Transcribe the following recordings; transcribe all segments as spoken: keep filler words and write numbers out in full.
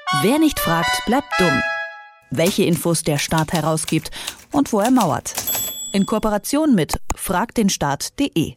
Wer nicht fragt, bleibt dumm. Welche Infos der Staat herausgibt und wo er mauert. In Kooperation mit frag den staat punkt de.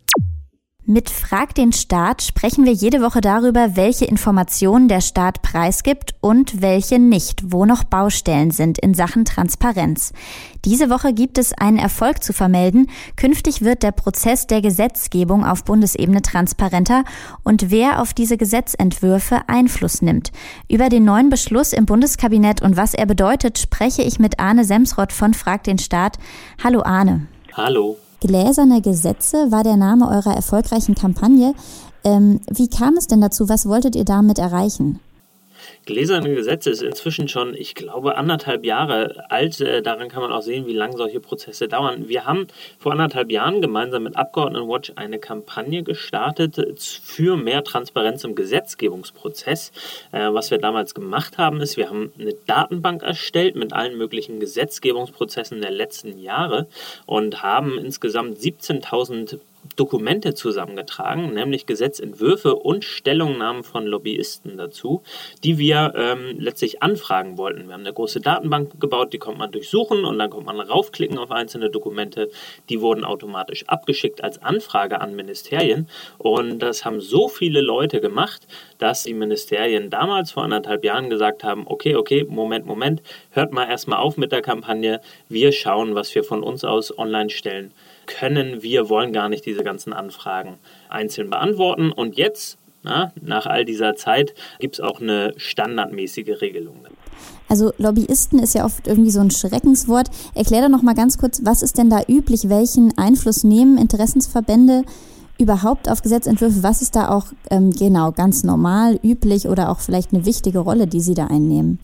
Mit Frag den Staat sprechen wir jede Woche darüber, welche Informationen der Staat preisgibt und welche nicht, wo noch Baustellen sind in Sachen Transparenz. Diese Woche gibt es einen Erfolg zu vermelden. Künftig wird der Prozess der Gesetzgebung auf Bundesebene transparenter und wer auf diese Gesetzentwürfe Einfluss nimmt. Über den neuen Beschluss im Bundeskabinett und was er bedeutet, spreche ich mit Arne Semsrott von Frag den Staat. Hallo Arne. Hallo. Gläserne Gesetze war der Name eurer erfolgreichen Kampagne. Ähm, wie kam es denn dazu? Was wolltet ihr damit erreichen? Gläserne Gesetze ist inzwischen schon, ich glaube, anderthalb Jahre alt. Daran kann man auch sehen, wie lange solche Prozesse dauern. Wir haben vor anderthalb Jahren gemeinsam mit Abgeordnetenwatch eine Kampagne gestartet für mehr Transparenz im Gesetzgebungsprozess. Was wir damals gemacht haben, ist, wir haben eine Datenbank erstellt mit allen möglichen Gesetzgebungsprozessen der letzten Jahre und haben insgesamt siebzehntausend Dokumente zusammengetragen, nämlich Gesetzentwürfe und Stellungnahmen von Lobbyisten dazu, die wir ähm, letztlich anfragen wollten. Wir haben eine große Datenbank gebaut, die konnte man durchsuchen und dann konnte man raufklicken auf einzelne Dokumente. Die wurden automatisch abgeschickt als Anfrage an Ministerien und das haben so viele Leute gemacht, dass die Ministerien damals vor anderthalb Jahren gesagt haben, okay, okay, Moment, Moment, hört mal erstmal auf mit der Kampagne, wir schauen, was wir von uns aus online stellen können. Wir wollen gar nicht diese ganzen Anfragen einzeln beantworten. Und jetzt, na, nach all dieser Zeit, gibt es auch eine standardmäßige Regelung. Also Lobbyisten ist ja oft irgendwie so ein Schreckenswort. Erklär doch noch mal ganz kurz, was ist denn da üblich? Welchen Einfluss nehmen Interessensverbände überhaupt auf Gesetzentwürfe? Was ist da auch ähm, genau ganz normal, üblich oder auch vielleicht eine wichtige Rolle, die sie da einnehmen?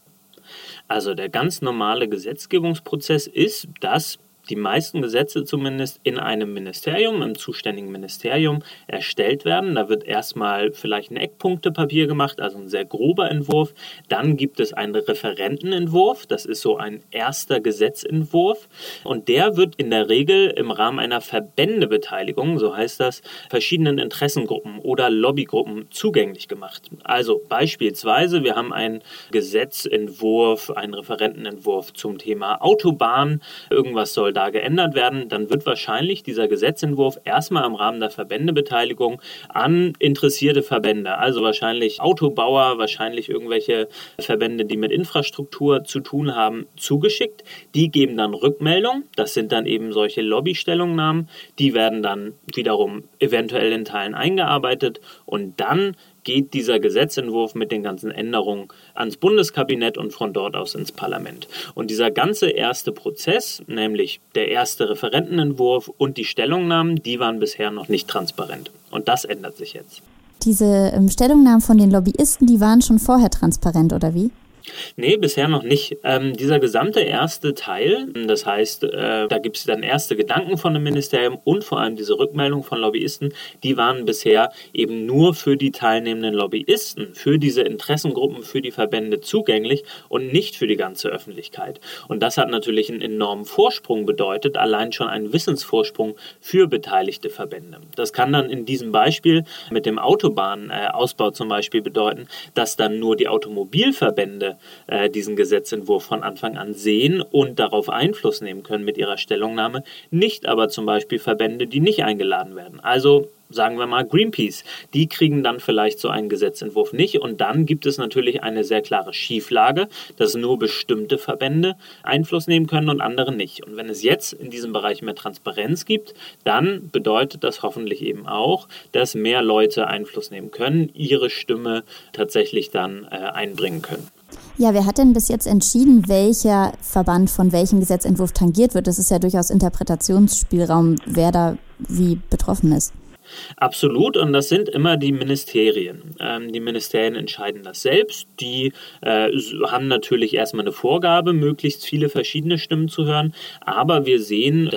Also der ganz normale Gesetzgebungsprozess ist, dass die meisten Gesetze zumindest in einem Ministerium, im zuständigen Ministerium erstellt werden. Da wird erstmal vielleicht ein Eckpunktepapier gemacht, also ein sehr grober Entwurf. Dann gibt es einen Referentenentwurf, das ist so ein erster Gesetzentwurf. Und der wird in der Regel im Rahmen einer Verbändebeteiligung, so heißt das, verschiedenen Interessengruppen oder Lobbygruppen zugänglich gemacht. Also beispielsweise, wir haben einen Gesetzentwurf, einen Referentenentwurf zum Thema Autobahn, irgendwas soll da geändert werden, dann wird wahrscheinlich dieser Gesetzentwurf erstmal im Rahmen der Verbändebeteiligung an interessierte Verbände, also wahrscheinlich Autobauer, wahrscheinlich irgendwelche Verbände, die mit Infrastruktur zu tun haben, zugeschickt. Die geben dann Rückmeldung, das sind dann eben solche Lobbystellungnahmen, die werden dann wiederum eventuell in Teilen eingearbeitet und dann geht dieser Gesetzentwurf mit den ganzen Änderungen ans Bundeskabinett und von dort aus ins Parlament. Und dieser ganze erste Prozess, nämlich der erste Referentenentwurf und die Stellungnahmen, die waren bisher noch nicht transparent. Und das ändert sich jetzt. Diese ähm, Stellungnahmen von den Lobbyisten, die waren schon vorher transparent, oder wie? Nee, bisher noch nicht. Ähm, dieser gesamte erste Teil, das heißt, äh, da gibt es dann erste Gedanken von dem Ministerium und vor allem diese Rückmeldung von Lobbyisten, die waren bisher eben nur für die teilnehmenden Lobbyisten, für diese Interessengruppen, für die Verbände zugänglich und nicht für die ganze Öffentlichkeit. Und das hat natürlich einen enormen Vorsprung bedeutet, allein schon einen Wissensvorsprung für beteiligte Verbände. Das kann dann in diesem Beispiel mit dem Autobahnausbau zum Beispiel bedeuten, dass dann nur die Automobilverbände diesen Gesetzentwurf von Anfang an sehen und darauf Einfluss nehmen können mit ihrer Stellungnahme, nicht aber zum Beispiel Verbände, die nicht eingeladen werden. Also sagen wir mal Greenpeace, die kriegen dann vielleicht so einen Gesetzentwurf nicht und dann gibt es natürlich eine sehr klare Schieflage, dass nur bestimmte Verbände Einfluss nehmen können und andere nicht. Und wenn es jetzt in diesem Bereich mehr Transparenz gibt, dann bedeutet das hoffentlich eben auch, dass mehr Leute Einfluss nehmen können, ihre Stimme tatsächlich dann äh, einbringen können. Ja, wer hat denn bis jetzt entschieden, welcher Verband von welchem Gesetzentwurf tangiert wird? Das ist ja durchaus Interpretationsspielraum, wer da wie betroffen ist. Absolut, und das sind immer die Ministerien. Ähm, die Ministerien entscheiden das selbst. Die äh, haben natürlich erstmal eine Vorgabe, möglichst viele verschiedene Stimmen zu hören. Aber wir sehen, dass es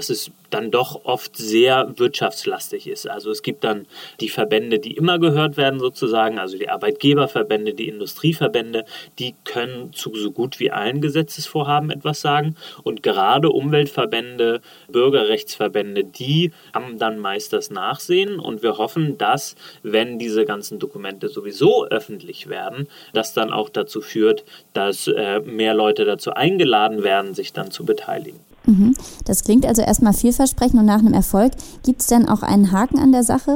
dann doch oft sehr wirtschaftslastig ist. Also es gibt dann die Verbände, die immer gehört werden sozusagen, also die Arbeitgeberverbände, die Industrieverbände, die können zu so gut wie allen Gesetzesvorhaben etwas sagen. Und gerade Umweltverbände, Bürgerrechtsverbände, die haben dann meist das Nachsehen. Und wir hoffen, dass, wenn diese ganzen Dokumente sowieso öffentlich werden, das dann auch dazu führt, dass äh, mehr Leute dazu eingeladen werden, sich dann zu beteiligen. Mhm. Das klingt also erstmal vielversprechend und nach einem Erfolg. Gibt es denn auch einen Haken an der Sache?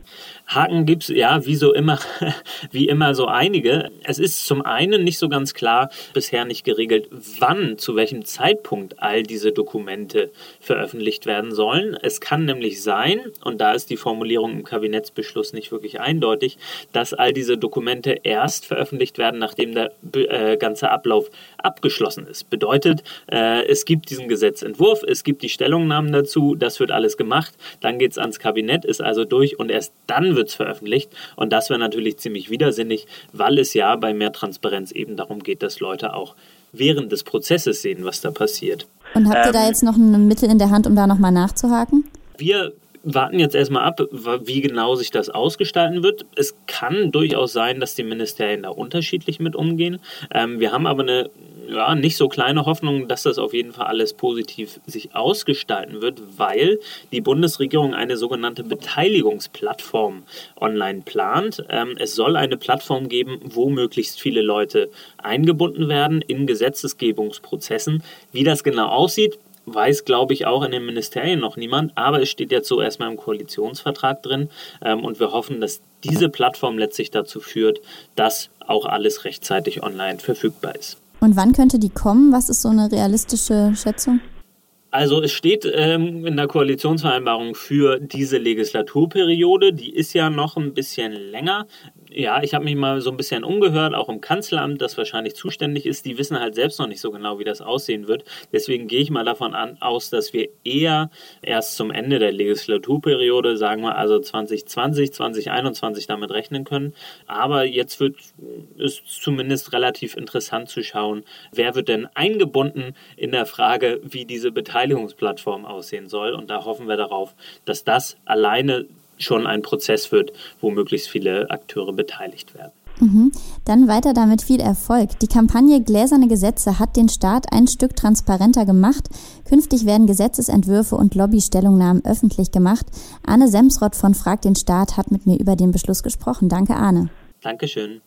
Haken gibt es, ja, wie so immer, wie immer so einige. Es ist zum einen nicht so ganz klar, bisher nicht geregelt, wann, zu welchem Zeitpunkt all diese Dokumente veröffentlicht werden sollen. Es kann nämlich sein, und da ist die Formulierung im Kabinettsbeschluss nicht wirklich eindeutig, dass all diese Dokumente erst veröffentlicht werden, nachdem der äh, ganze Ablauf abgeschlossen ist. Bedeutet, äh, es gibt diesen Gesetzentwurf, es gibt die Stellungnahmen dazu, das wird alles gemacht, dann geht es ans Kabinett, ist also durch und erst dann wird es veröffentlicht. Und das wäre natürlich ziemlich widersinnig, weil es ja bei mehr Transparenz eben darum geht, dass Leute auch während des Prozesses sehen, was da passiert. Und habt ihr ähm, da jetzt noch ein Mittel in der Hand, um da nochmal nachzuhaken? Wir warten jetzt erstmal ab, wie genau sich das ausgestalten wird. Es kann durchaus sein, dass die Ministerien da unterschiedlich mit umgehen. Ähm, wir haben aber eine ja, nicht so kleine Hoffnung, dass das auf jeden Fall alles positiv sich ausgestalten wird, weil die Bundesregierung eine sogenannte Beteiligungsplattform online plant. Ähm, es soll eine Plattform geben, wo möglichst viele Leute eingebunden werden in Gesetzesgebungsprozessen. Wie das genau aussieht, weiß, glaube ich, auch in den Ministerien noch niemand, aber es steht jetzt so erstmal im Koalitionsvertrag drin ähm, und wir hoffen, dass diese Plattform letztlich dazu führt, dass auch alles rechtzeitig online verfügbar ist. Und wann könnte die kommen? Was ist so eine realistische Schätzung? Also es steht ähm, in der Koalitionsvereinbarung für diese Legislaturperiode, die ist ja noch ein bisschen länger. Ja, ich habe mich mal so ein bisschen umgehört, auch im Kanzleramt, das wahrscheinlich zuständig ist. Die wissen halt selbst noch nicht so genau, wie das aussehen wird. Deswegen gehe ich mal davon an, aus, dass wir eher erst zum Ende der Legislaturperiode, sagen wir also zwanzig zwanzig, zwanzig einundzwanzig damit rechnen können. Aber jetzt wird es zumindest relativ interessant zu schauen, wer wird denn eingebunden in der Frage, wie diese Beteiligungsplattform aussehen soll. Und da hoffen wir darauf, dass das alleine schon ein Prozess wird, wo möglichst viele Akteure beteiligt werden. Mhm. Dann weiter damit viel Erfolg. Die Kampagne Gläserne Gesetze hat den Staat ein Stück transparenter gemacht. Künftig werden Gesetzesentwürfe und Lobbystellungnahmen öffentlich gemacht. Arne Semsrott von Frag den Staat hat mit mir über den Beschluss gesprochen. Danke, Arne. Dankeschön.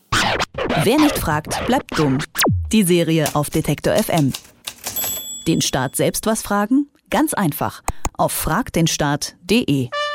Wer nicht fragt, bleibt dumm. Die Serie auf Detektor F M. Den Staat selbst was fragen? Ganz einfach. Auf frag den staat punkt de.